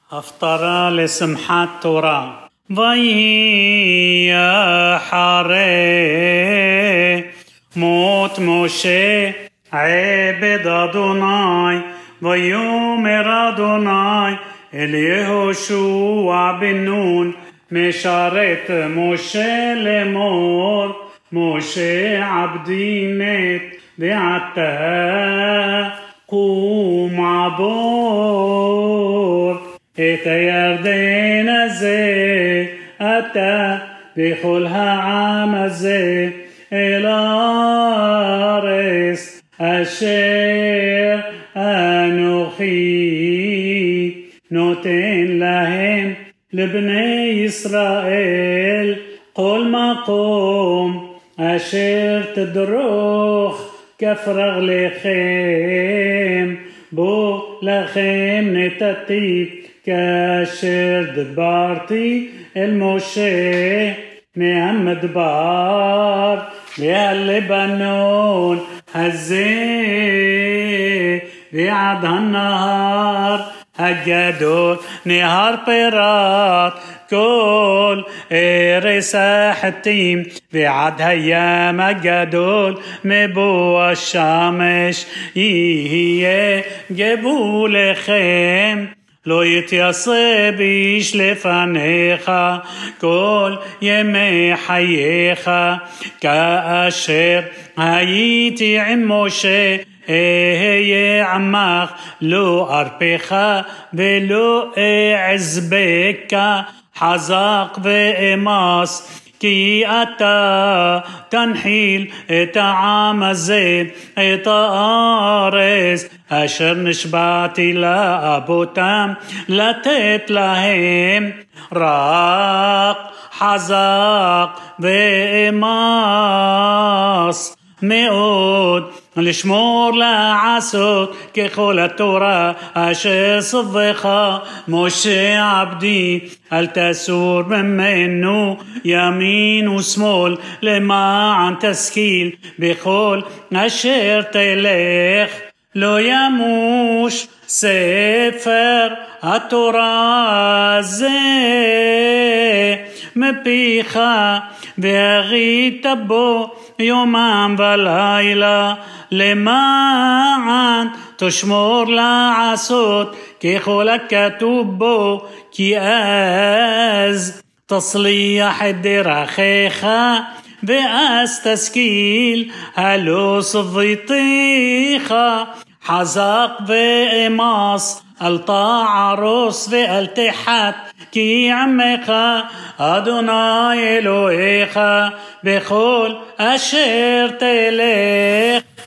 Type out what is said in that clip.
הפטרה לשמחת תורה. ויהי אחרי מות משה עבד אדוני, ויאמר אדוני אל יהושע בן נון משרת משה לאמור, משה עבדי מת ועתה קום עבור את הירדן הזה אתה בכל העם הזה אל הארץ אשר אנוכי נותן להם לבני ישראל, כל מקום אשר תדרוך כף רגליכם בו לכם נתתי, כאשר דברתי אל משה מהמדבר והלבנון הזה ועד הנהר הגדול, נהר פירת, כל ארץ החתים ועד הים הגדול מבוא השמש יהיה גבולכם. לא יתייסר איש לפניך כל ימי חייך, כאשר הייתי עם משה אהיה עמך, לא ארפך ולא אעזבך, חזק ואמס, כי אתה תנחיל את העם הזה, את הארץ אשר נשבעתי לאבותם לתת להם, רק חזק ואמס מאוד לשמור לעשות ככל התורה אשר סובך משה עבדי, אל תסור ממנו ימין ושמאל, למען תשכיל בכל אשר תלך. לא ימוש ספר התורה הזה מפיך, והגית בו יומם ולילה, למען תשמור לעשות ככל הכתוב בו, כי אז תצליח את דרכיך ואז תשכיל. הלא סביתיך חזק ואמס, אל תערוס ואל תחת, כי עמך אדוני אלוהיך בכל אשר תלך.